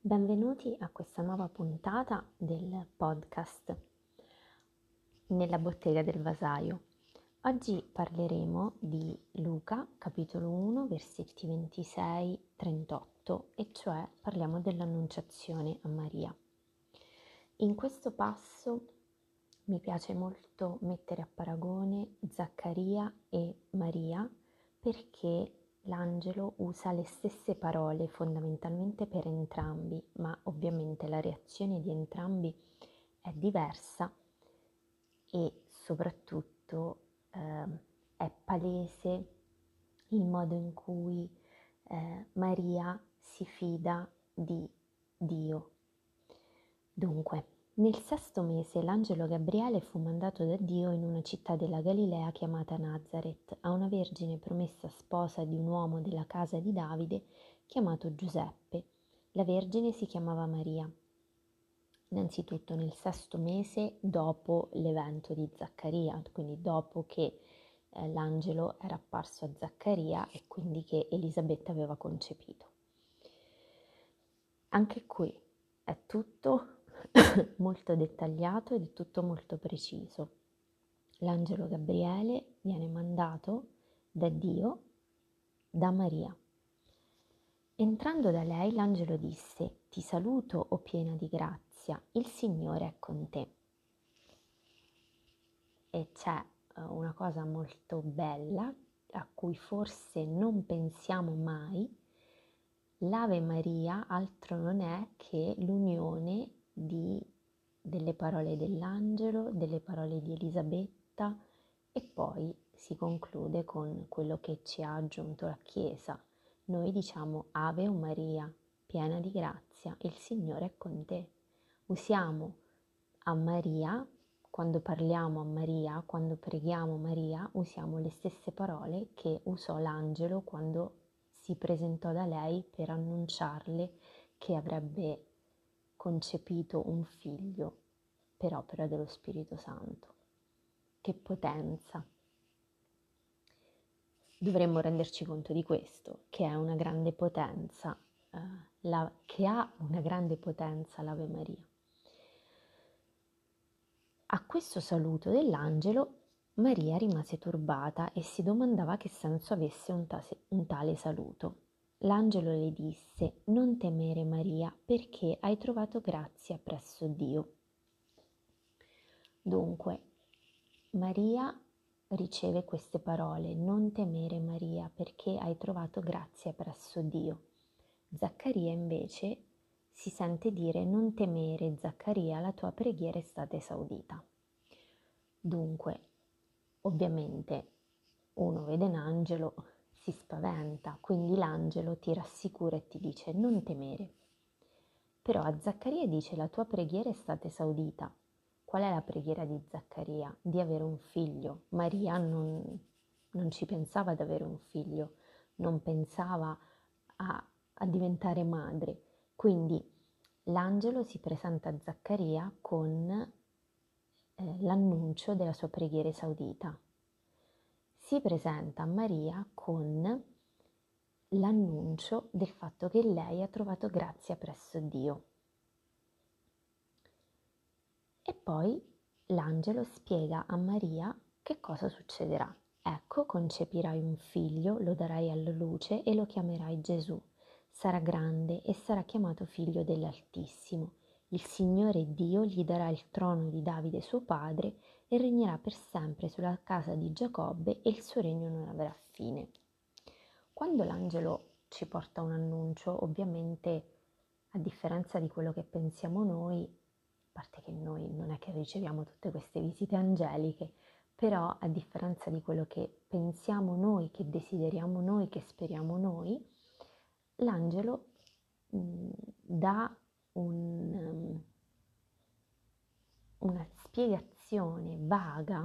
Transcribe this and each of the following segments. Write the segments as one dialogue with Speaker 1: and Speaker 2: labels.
Speaker 1: Benvenuti a questa nuova puntata del podcast Nella bottega del vasaio. Oggi parleremo di Luca, capitolo 1, versetti 26-38, e cioè parliamo dell'annunciazione a Maria. In questo passo mi piace molto mettere a paragone Zaccaria e Maria perché l'angelo usa le stesse parole fondamentalmente per entrambi, ma ovviamente la reazione di entrambi è diversa e soprattutto è palese il modo in cui Maria si fida di Dio. Dunque, nel 6° mese l'angelo Gabriele fu mandato da Dio in una città della Galilea chiamata Nazaret, a una vergine promessa sposa di un uomo della casa di Davide chiamato Giuseppe. La vergine si chiamava Maria. Innanzitutto nel 6° mese dopo l'evento di Zaccaria, quindi dopo che l'angelo era apparso a Zaccaria e quindi che Elisabetta aveva concepito. Anche qui è tutto molto dettagliato ed è tutto molto preciso. L'angelo Gabriele viene mandato da Dio, da Maria. Entrando da lei, l'angelo disse: «Ti saluto, o piena di grazia, il Signore è con te». E c'è una cosa molto bella a cui forse non pensiamo mai. L'Ave Maria altro non è che l'unione delle parole dell'angelo, delle parole di Elisabetta, e poi si conclude con quello che ci ha aggiunto la Chiesa. Noi diciamo Ave o Maria, piena di grazia, il Signore è con te. Usiamo a Maria, quando parliamo a Maria, quando preghiamo Maria, usiamo le stesse parole che usò l'angelo quando si presentò da lei per annunciarle che avrebbe concepito un figlio per opera dello Spirito Santo. Che potenza! Dovremmo renderci conto di questo, che è una grande potenza, che ha una grande potenza l'Ave Maria. A questo saluto dell'angelo, Maria rimase turbata e si domandava che senso avesse un tale saluto. L'angelo le disse: «Non temere, Maria, perché hai trovato grazia presso Dio». Dunque, Maria riceve queste parole: «Non temere, Maria, perché hai trovato grazia presso Dio». Zaccaria invece si sente dire: «Non temere, Zaccaria, la tua preghiera è stata esaudita». Dunque, ovviamente, uno vede un angelo, si spaventa, quindi l'angelo ti rassicura e ti dice: «Non temere». Però a Zaccaria dice: «La tua preghiera è stata esaudita». Qual è la preghiera di Zaccaria? Di avere un figlio. Maria non ci pensava ad avere un figlio, non pensava a diventare madre. Quindi l'angelo si presenta a Zaccaria con l'annuncio della sua preghiera esaudita. Si presenta a Maria con l'annuncio del fatto che lei ha trovato grazia presso Dio. E poi l'angelo spiega a Maria che cosa succederà. «Ecco, concepirai un figlio, lo darai alla luce e lo chiamerai Gesù. Sarà grande e sarà chiamato figlio dell'Altissimo. Il Signore Dio gli darà il trono di Davide suo padre e regnerà per sempre sulla casa di Giacobbe e il suo regno non avrà fine». Quando l'angelo ci porta un annuncio, ovviamente, a differenza di quello che pensiamo noi, a parte che noi non è che riceviamo tutte queste visite angeliche, però a differenza di quello che pensiamo noi, che desideriamo noi, che speriamo noi, l'angelo dà una spiegazione vaga,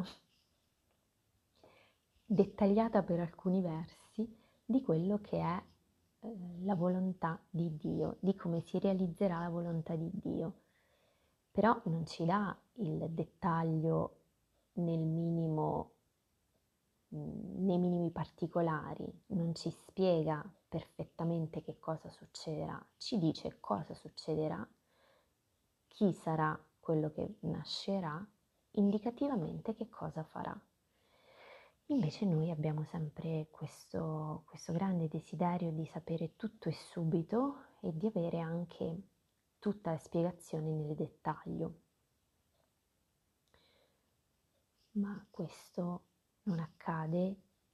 Speaker 1: dettagliata per alcuni versi, di quello che è la volontà di Dio, di come si realizzerà la volontà di Dio. Però non ci dà il dettaglio nei minimi particolari, non ci spiega perfettamente che cosa succederà, ci dice cosa succederà, chi sarà quello che nascerà, indicativamente che cosa farà. Invece noi abbiamo sempre questo grande desiderio di sapere tutto e subito e di avere anche tutta la spiegazione nel dettaglio. Ma questo non accade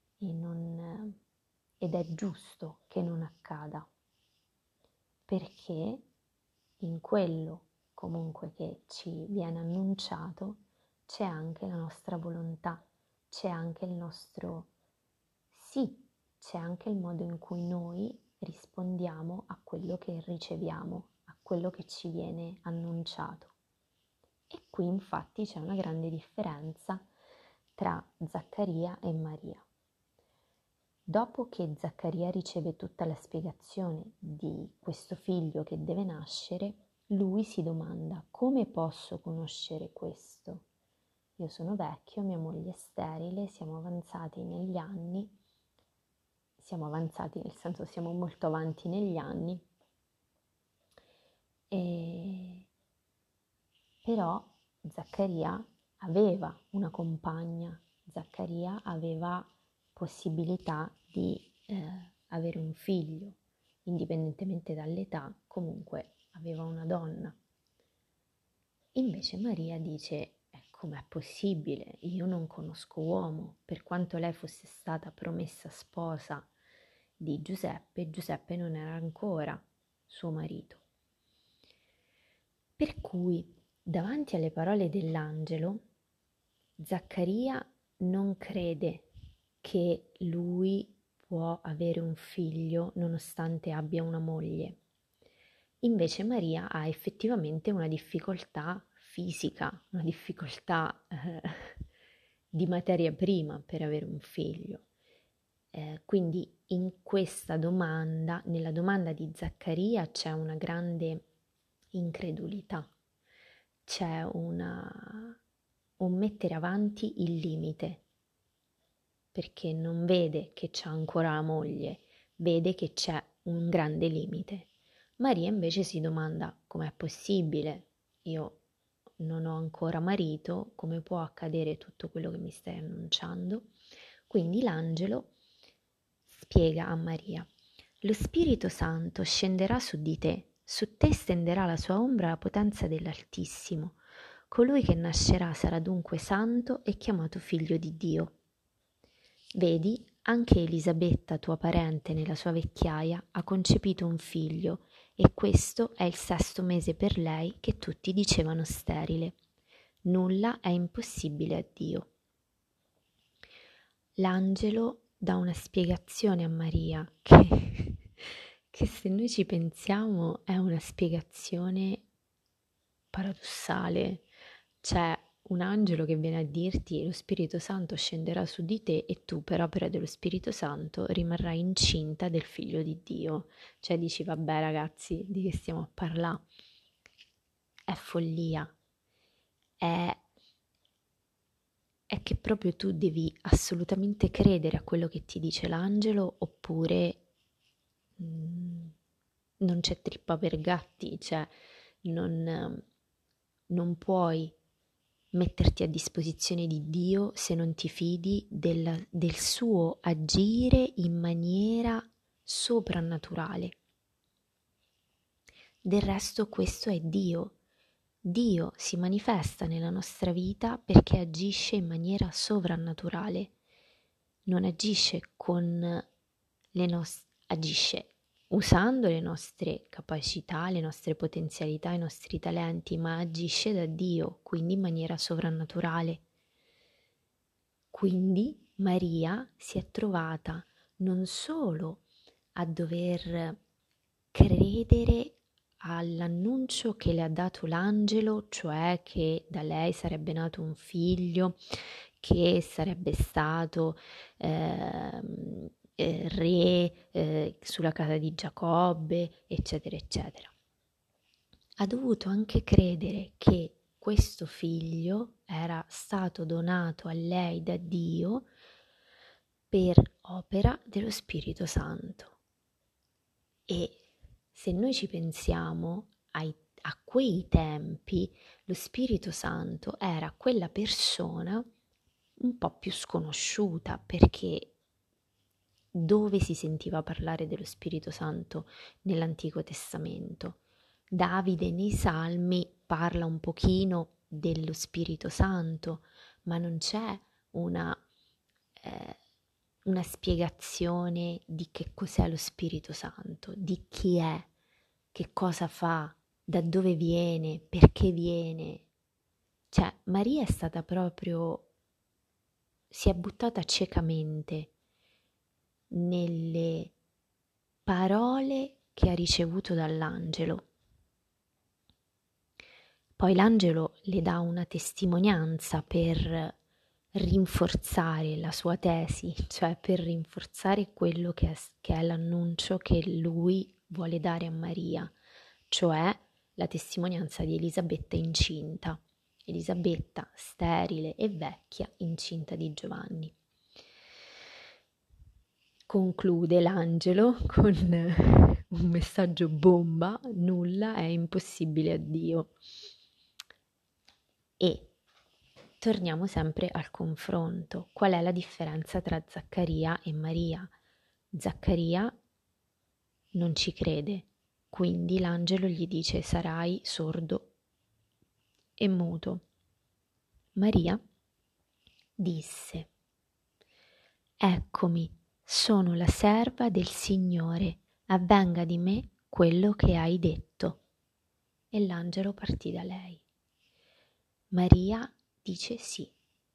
Speaker 1: ed è giusto che non accada, perché in quello comunque che ci viene annunciato c'è anche la nostra volontà, c'è anche il nostro sì, c'è anche il modo in cui noi rispondiamo a quello che riceviamo, a quello che ci viene annunciato. E qui infatti c'è una grande differenza tra Zaccaria e Maria. Dopo che Zaccaria riceve tutta la spiegazione di questo figlio che deve nascere, lui si domanda: come posso conoscere questo? Io sono vecchio, mia moglie è sterile, siamo avanzati negli anni, siamo avanzati nel senso siamo molto avanti negli anni, però Zaccaria aveva una compagna, Zaccaria aveva possibilità di avere un figlio, indipendentemente dall'età, comunque aveva una donna. Invece Maria dice: com'è possibile? Io non conosco uomo, per quanto lei fosse stata promessa sposa di Giuseppe, Giuseppe non era ancora suo marito. Per cui, davanti alle parole dell'angelo, Zaccaria non crede che lui può avere un figlio nonostante abbia una moglie. Invece Maria ha effettivamente una difficoltà fisica, una difficoltà di materia prima per avere un figlio. Quindi in questa domanda, nella domanda di Zaccaria, c'è una grande incredulità, c'è un mettere avanti il limite, perché non vede che c'ha ancora la moglie, vede che c'è un grande limite. Maria invece si domanda: com'è possibile? Io non ho ancora marito, come può accadere tutto quello che mi stai annunciando? Quindi l'angelo spiega a Maria: lo Spirito Santo scenderà su di su te stenderà la sua ombra la potenza dell'Altissimo. Colui che nascerà sarà dunque santo e chiamato figlio di Dio. Vedi, anche Elisabetta, tua parente, nella sua vecchiaia, ha concepito un figlio, e questo è il 6° mese per lei, che tutti dicevano sterile. Nulla è impossibile a Dio. L'angelo dà una spiegazione a Maria che se noi ci pensiamo è una spiegazione paradossale. C'è un angelo che viene a dirti: lo Spirito Santo scenderà su di te e tu per opera dello Spirito Santo rimarrai incinta del figlio di Dio. Cioè dici: vabbè ragazzi, di che stiamo a parlare? È follia, è che proprio tu devi assolutamente credere a quello che ti dice l'angelo, oppure non c'è trippa per gatti, cioè non puoi metterti a disposizione di Dio se non ti fidi del suo agire in maniera soprannaturale. Del resto questo è Dio. Dio si manifesta nella nostra vita perché agisce in maniera sovrannaturale, non agisce agisce usando le nostre capacità, le nostre potenzialità, i nostri talenti, ma agisce da Dio, quindi in maniera sovrannaturale. Quindi Maria si è trovata non solo a dover credere all'annuncio che le ha dato l'angelo, cioè che da lei sarebbe nato un figlio che sarebbe stato re sulla casa di Giacobbe, eccetera, eccetera. Ha dovuto anche credere che questo figlio era stato donato a lei da Dio per opera dello Spirito Santo. E se noi ci pensiamo a quei tempi, lo Spirito Santo era quella persona un po' più sconosciuta, perché dove si sentiva parlare dello Spirito Santo nell'Antico Testamento? Davide nei Salmi parla un pochino dello Spirito Santo, ma non c'è una, eh, una spiegazione di che cos'è lo Spirito Santo, di chi è, che cosa fa, da dove viene, perché viene. Cioè, Maria è stata proprio, si è buttata ciecamente nelle parole che ha ricevuto dall'angelo. Poi l'angelo le dà una testimonianza per rinforzare la sua tesi, cioè per rinforzare quello che è l'annuncio che lui vuole dare a Maria, cioè la testimonianza di Elisabetta incinta. Elisabetta, sterile e vecchia, incinta di Giovanni. Conclude l'angelo con un messaggio bomba: nulla è impossibile a Dio. E torniamo sempre al confronto. Qual è la differenza tra Zaccaria e Maria? Zaccaria non ci crede, quindi l'angelo gli dice: sarai sordo e muto. Maria disse: eccomi, sono la serva del Signore, avvenga di me quello che hai detto. E l'angelo partì da lei. Maria dice sì.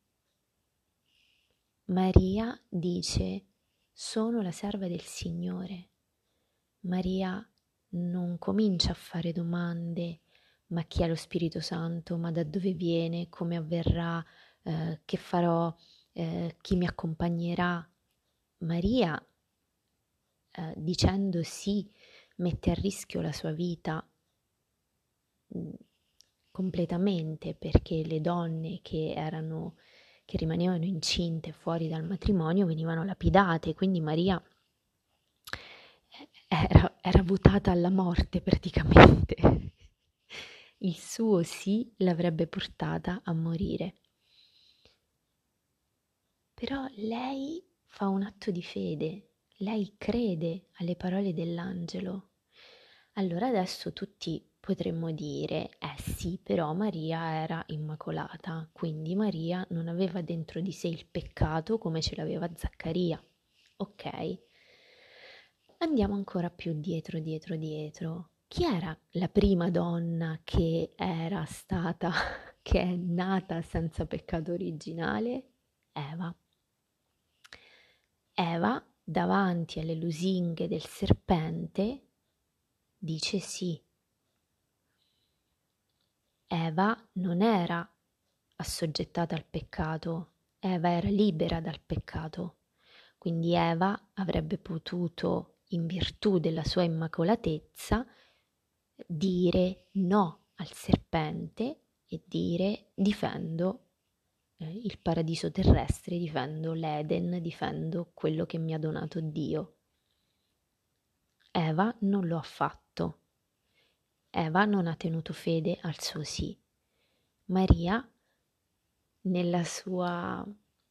Speaker 1: Maria dice: sono la serva del Signore. Maria non comincia a fare domande: ma chi è lo Spirito Santo? Ma da dove viene? Come avverrà? Che farò? Chi mi accompagnerà? Maria, dicendo sì, mette a rischio la sua vita completamente, perché le donne che rimanevano incinte fuori dal matrimonio venivano lapidate, quindi Maria era votata alla morte praticamente. Il suo sì l'avrebbe portata a morire. Però lei fa un atto di fede, lei crede alle parole dell'angelo. Allora adesso tutti potremmo dire: sì, però Maria era immacolata, quindi Maria non aveva dentro di sé il peccato come ce l'aveva Zaccaria. Ok, andiamo ancora più dietro. Chi era la prima donna che era stata, che è nata senza peccato originale? Eva. Eva, davanti alle lusinghe del serpente, dice sì. Eva non era assoggettata al peccato, Eva era libera dal peccato. Quindi Eva avrebbe potuto, in virtù della sua immacolatezza, dire no al serpente e dire: difendo il paradiso terrestre, difendo l'Eden, difendo quello che mi ha donato Dio. Eva non lo ha fatto. Eva non ha tenuto fede al suo sì. Maria, nella sua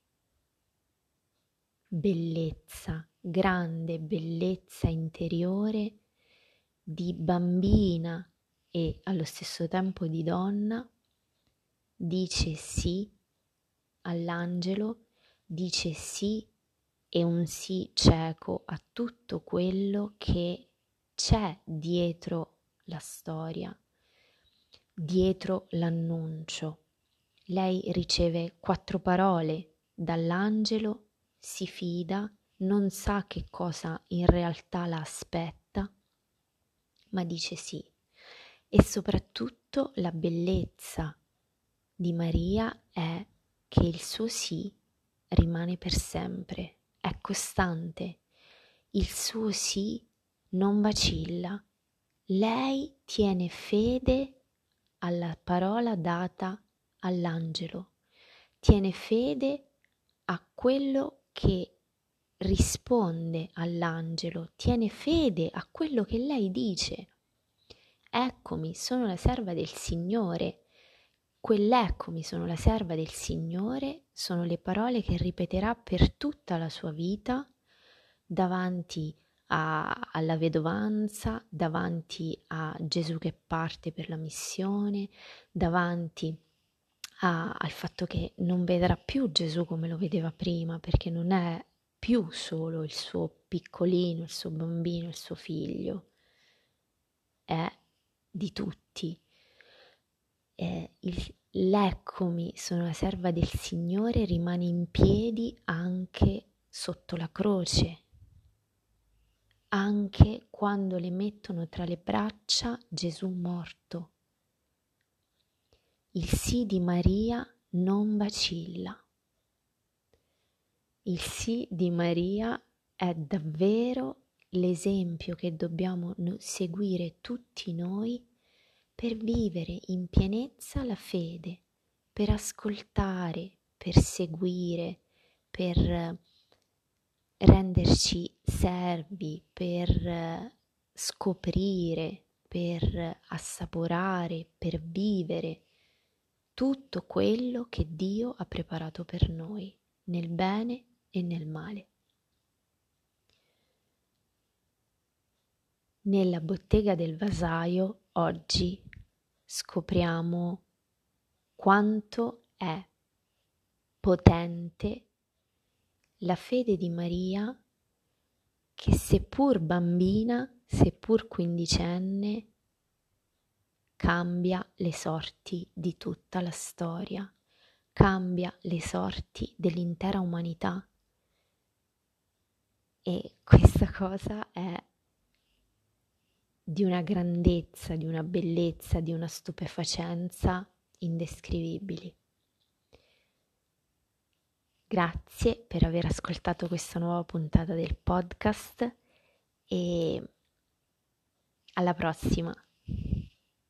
Speaker 1: bellezza, grande bellezza interiore di bambina e allo stesso tempo di donna, dice sì all'angelo, dice sì, e un sì cieco a tutto quello che c'è dietro la storia, dietro l'annuncio. Lei riceve 4 parole dall'angelo, si fida, non sa che cosa in realtà la aspetta, ma dice sì. E soprattutto la bellezza di Maria è che il suo sì rimane per sempre, è costante. Il suo sì non vacilla. Lei tiene fede alla parola data all'angelo, tiene fede a quello che risponde all'angelo, tiene fede a quello che lei dice. Eccomi, sono la serva del Signore. Quell'eccomi, sono la serva del Signore, sono le parole che ripeterà per tutta la sua vita davanti alla vedovanza, davanti a Gesù che parte per la missione, davanti al fatto che non vedrà più Gesù come lo vedeva prima, perché non è più solo il suo piccolino, il suo bambino, il suo figlio, è di tutti. L'eccomi, sono la serva del Signore rimane in piedi anche sotto la croce, anche quando le mettono tra le braccia Gesù morto. Il sì di Maria non vacilla. Il sì di Maria è davvero l'esempio che dobbiamo seguire tutti noi per vivere in pienezza la fede, per ascoltare, per seguire, per renderci servi, per scoprire, per assaporare, per vivere tutto quello che Dio ha preparato per noi, nel bene e nel male. Nella bottega del vasaio oggi scopriamo quanto è potente la fede di Maria che seppur bambina, seppur quindicenne, cambia le sorti di tutta la storia, cambia le sorti dell'intera umanità. E questa cosa è di una grandezza, di una bellezza, di una stupefacenza indescrivibili. Grazie per aver ascoltato questa nuova puntata del podcast e alla prossima.